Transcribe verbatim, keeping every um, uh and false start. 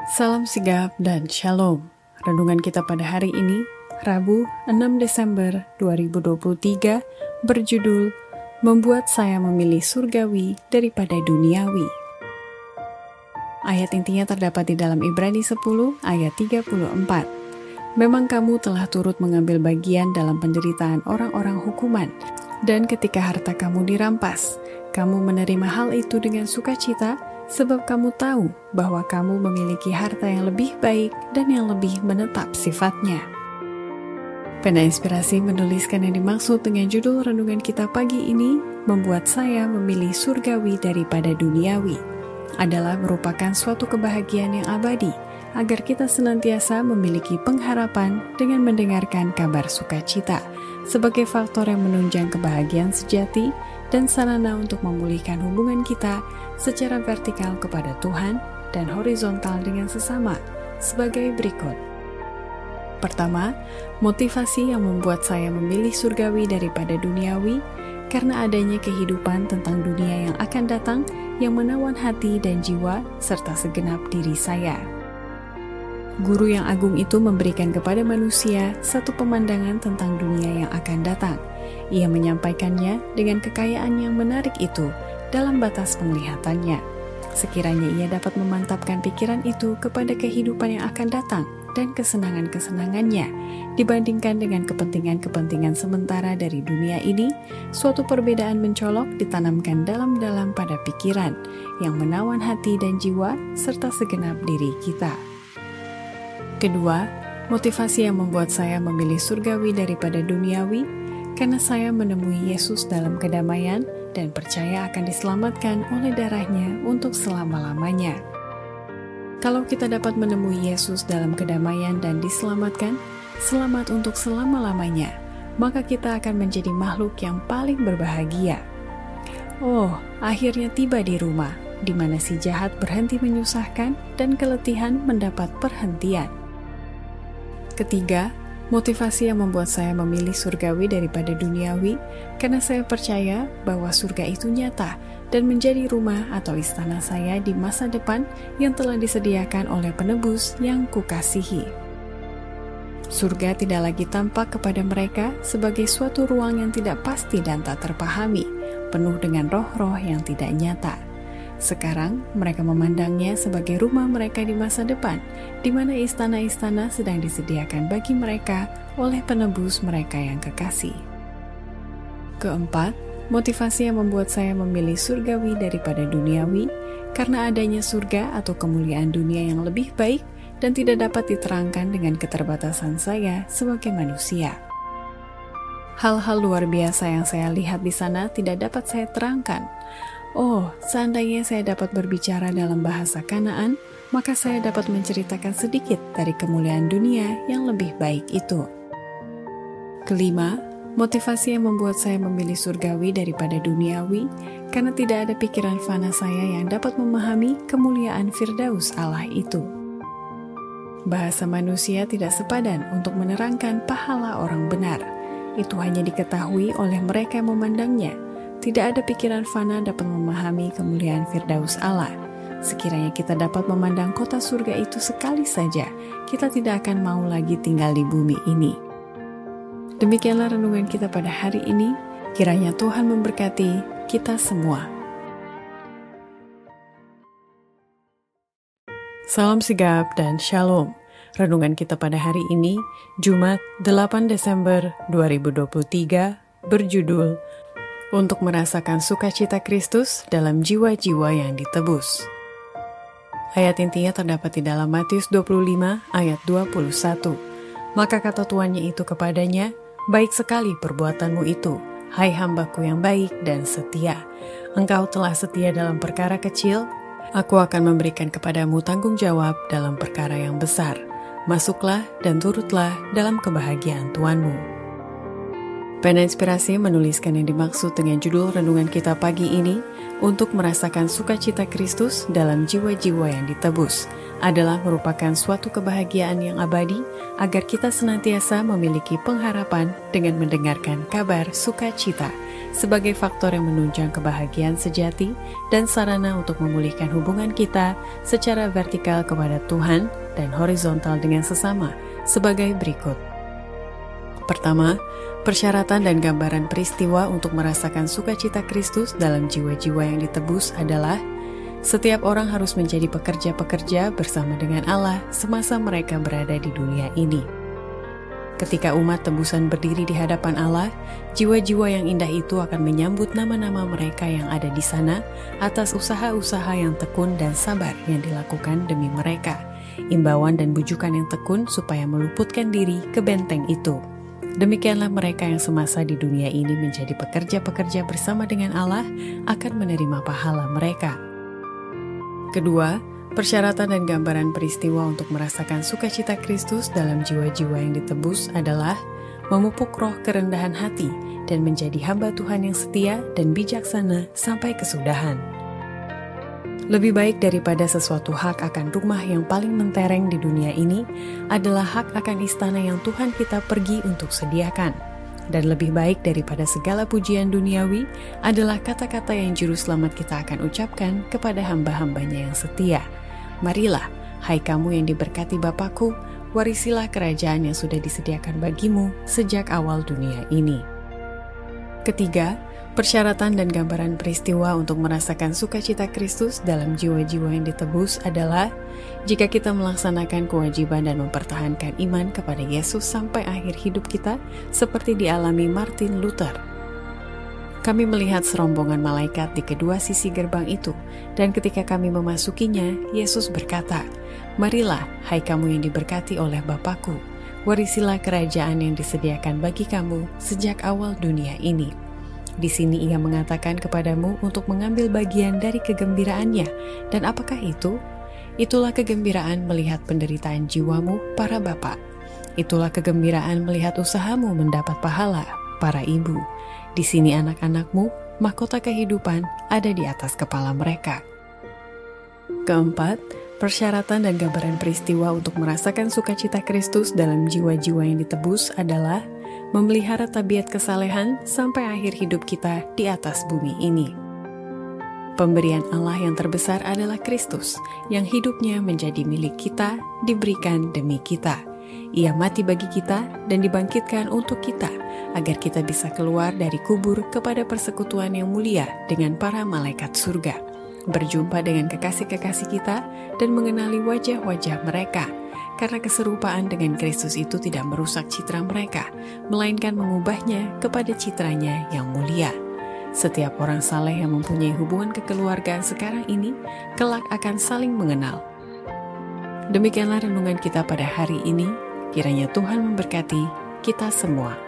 Salam sigap dan shalom. Renungan kita pada hari ini, Rabu enam Desember dua ribu dua puluh tiga, berjudul Membuat Saya Memilih Surgawi Daripada Duniawi. Ayat intinya terdapat di dalam Ibrani sepuluh ayat tiga puluh empat. Memang kamu telah turut mengambil bagian dalam penderitaan orang-orang hukuman, dan ketika harta kamu dirampas, kamu menerima hal itu dengan sukacita, sebab kamu tahu bahwa kamu memiliki harta yang lebih baik dan yang lebih menetap sifatnya. Pena Inspirasi menuliskan yang dimaksud dengan judul renungan kita pagi ini, Membuat Saya Memilih Surgawi Daripada Duniawi, adalah merupakan suatu kebahagiaan yang abadi, agar kita senantiasa memiliki pengharapan dengan mendengarkan kabar sukacita, sebagai faktor yang menunjang kebahagiaan sejati dan sarana untuk memulihkan hubungan kita secara vertikal kepada Tuhan dan horizontal dengan sesama, sebagai berikut. Pertama, motivasi yang membuat saya memilih surgawi daripada duniawi, karena adanya kehidupan tentang dunia yang akan datang yang menawan hati dan jiwa serta segenap diri saya. Guru yang agung itu memberikan kepada manusia satu pemandangan tentang dunia yang akan datang. Ia menyampaikannya dengan kekayaan yang menarik itu dalam batas penglihatannya. Sekiranya ia dapat memantapkan pikiran itu kepada kehidupan yang akan datang dan kesenangan-kesenangannya, dibandingkan dengan kepentingan-kepentingan sementara dari dunia ini, suatu perbedaan mencolok ditanamkan dalam-dalam pada pikiran yang menawan hati dan jiwa serta segenap diri kita. Kedua, motivasi yang membuat saya memilih surgawi daripada duniawi, karena saya menemui Yesus dalam kedamaian dan percaya akan diselamatkan oleh darahnya untuk selama-lamanya. Kalau kita dapat menemui Yesus dalam kedamaian dan diselamatkan, selamat untuk selama-lamanya, maka kita akan menjadi makhluk yang paling berbahagia. Oh, akhirnya tiba di rumah, di mana si jahat berhenti menyusahkan dan keletihan mendapat perhentian. Ketiga, motivasi yang membuat saya memilih surgawi daripada duniawi, karena saya percaya bahwa surga itu nyata dan menjadi rumah atau istana saya di masa depan yang telah disediakan oleh penebus yang kukasihi. Surga tidak lagi tampak kepada mereka sebagai suatu ruang yang tidak pasti dan tak terpahami, penuh dengan roh-roh yang tidak nyata. Sekarang mereka memandangnya sebagai rumah mereka di masa depan, di mana istana-istana sedang disediakan bagi mereka oleh penebus mereka yang kekasih. Keempat, motivasi yang membuat saya memilih surgawi daripada duniawi, karena adanya surga atau kemuliaan dunia yang lebih baik dan tidak dapat diterangkan dengan keterbatasan saya sebagai manusia. Hal-hal luar biasa yang saya lihat di sana tidak dapat saya terangkan. Oh, seandainya saya dapat berbicara dalam bahasa Kanaan, maka saya dapat menceritakan sedikit dari kemuliaan dunia yang lebih baik itu. Kelima, motivasi yang membuat saya memilih surgawi daripada duniawi, karena tidak ada pikiran fana saya yang dapat memahami kemuliaan Firdaus Allah itu. Bahasa manusia tidak sepadan untuk menerangkan pahala orang benar. Itu hanya diketahui oleh mereka yang memandangnya. Tidak ada pikiran fana dapat memahami kemuliaan Firdaus Allah. Sekiranya kita dapat memandang kota surga itu sekali saja, kita tidak akan mau lagi tinggal di bumi ini. Demikianlah renungan kita pada hari ini. Kiranya Tuhan memberkati kita semua. Salam sigap dan shalom. Renungan kita pada hari ini, Jumat delapan Desember dua ribu dua puluh tiga, berjudul Untuk merasakan sukacita Kristus dalam jiwa-jiwa yang ditebus. Ayat intinya terdapat di dalam Matius dua puluh lima ayat dua puluh satu. Maka kata tuannya itu kepadanya, baik sekali perbuatanmu itu, hai hambaku yang baik dan setia. Engkau telah setia dalam perkara kecil, aku akan memberikan kepadamu tanggung jawab dalam perkara yang besar. Masuklah dan turutlah dalam kebahagiaan Tuanmu. Pena Inspirasi menuliskan yang dimaksud dengan judul renungan kita pagi ini, untuk merasakan sukacita Kristus dalam jiwa-jiwa yang ditebus, adalah merupakan suatu kebahagiaan yang abadi, agar kita senantiasa memiliki pengharapan dengan mendengarkan kabar sukacita, sebagai faktor yang menunjang kebahagiaan sejati dan sarana untuk memulihkan hubungan kita secara vertikal kepada Tuhan dan horizontal dengan sesama sebagai berikut. Pertama, persyaratan dan gambaran peristiwa untuk merasakan sukacita Kristus dalam jiwa-jiwa yang ditebus adalah setiap orang harus menjadi pekerja-pekerja bersama dengan Allah semasa mereka berada di dunia ini. Ketika umat tebusan berdiri di hadapan Allah, jiwa-jiwa yang indah itu akan menyambut nama-nama mereka yang ada di sana atas usaha-usaha yang tekun dan sabar yang dilakukan demi mereka, imbauan dan bujukan yang tekun supaya meluputkan diri ke benteng itu. Demikianlah mereka yang semasa di dunia ini menjadi pekerja-pekerja bersama dengan Allah akan menerima pahala mereka. Kedua, persyaratan dan gambaran peristiwa untuk merasakan sukacita Kristus dalam jiwa-jiwa yang ditebus adalah memupuk roh kerendahan hati dan menjadi hamba Tuhan yang setia dan bijaksana sampai kesudahan. Lebih baik daripada sesuatu hak akan rumah yang paling mentereng di dunia ini adalah hak akan istana yang Tuhan kita pergi untuk sediakan. Dan lebih baik daripada segala pujian duniawi adalah kata-kata yang juru selamat kita akan ucapkan kepada hamba-hambanya yang setia. Marilah, hai kamu yang diberkati Bapa-Ku, warisilah kerajaan yang sudah disediakan bagimu sejak awal dunia ini. Ketiga, persyaratan dan gambaran peristiwa untuk merasakan sukacita Kristus dalam jiwa-jiwa yang ditebus adalah jika kita melaksanakan kewajiban dan mempertahankan iman kepada Yesus sampai akhir hidup kita seperti dialami Martin Luther. Kami melihat serombongan malaikat di kedua sisi gerbang itu, dan ketika kami memasukinya, Yesus berkata, "Marilah, hai kamu yang diberkati oleh Bapa-Ku, warisilah kerajaan yang disediakan bagi kamu sejak awal dunia ini." Di sini ia mengatakan kepadamu untuk mengambil bagian dari kegembiraannya. Dan apakah itu? Itulah kegembiraan melihat penderitaan jiwamu, para bapak. Itulah kegembiraan melihat usahamu mendapat pahala, para ibu. Di sini anak-anakmu, mahkota kehidupan, ada di atas kepala mereka. Keempat, persyaratan dan gambaran peristiwa untuk merasakan sukacita Kristus dalam jiwa-jiwa yang ditebus adalah memelihara tabiat kesalehan sampai akhir hidup kita di atas bumi ini. Pemberian Allah yang terbesar adalah Kristus, yang hidupnya menjadi milik kita, diberikan demi kita. Ia mati bagi kita dan dibangkitkan untuk kita, agar kita bisa keluar dari kubur kepada persekutuan yang mulia dengan para malaikat surga, berjumpa dengan kekasih-kekasih kita dan mengenali wajah-wajah mereka. Karena keserupaan dengan Kristus itu tidak merusak citra mereka, melainkan mengubahnya kepada citranya yang mulia. Setiap orang saleh yang mempunyai hubungan kekeluargaan sekarang ini, kelak akan saling mengenal. Demikianlah renungan kita pada hari ini, kiranya Tuhan memberkati kita semua.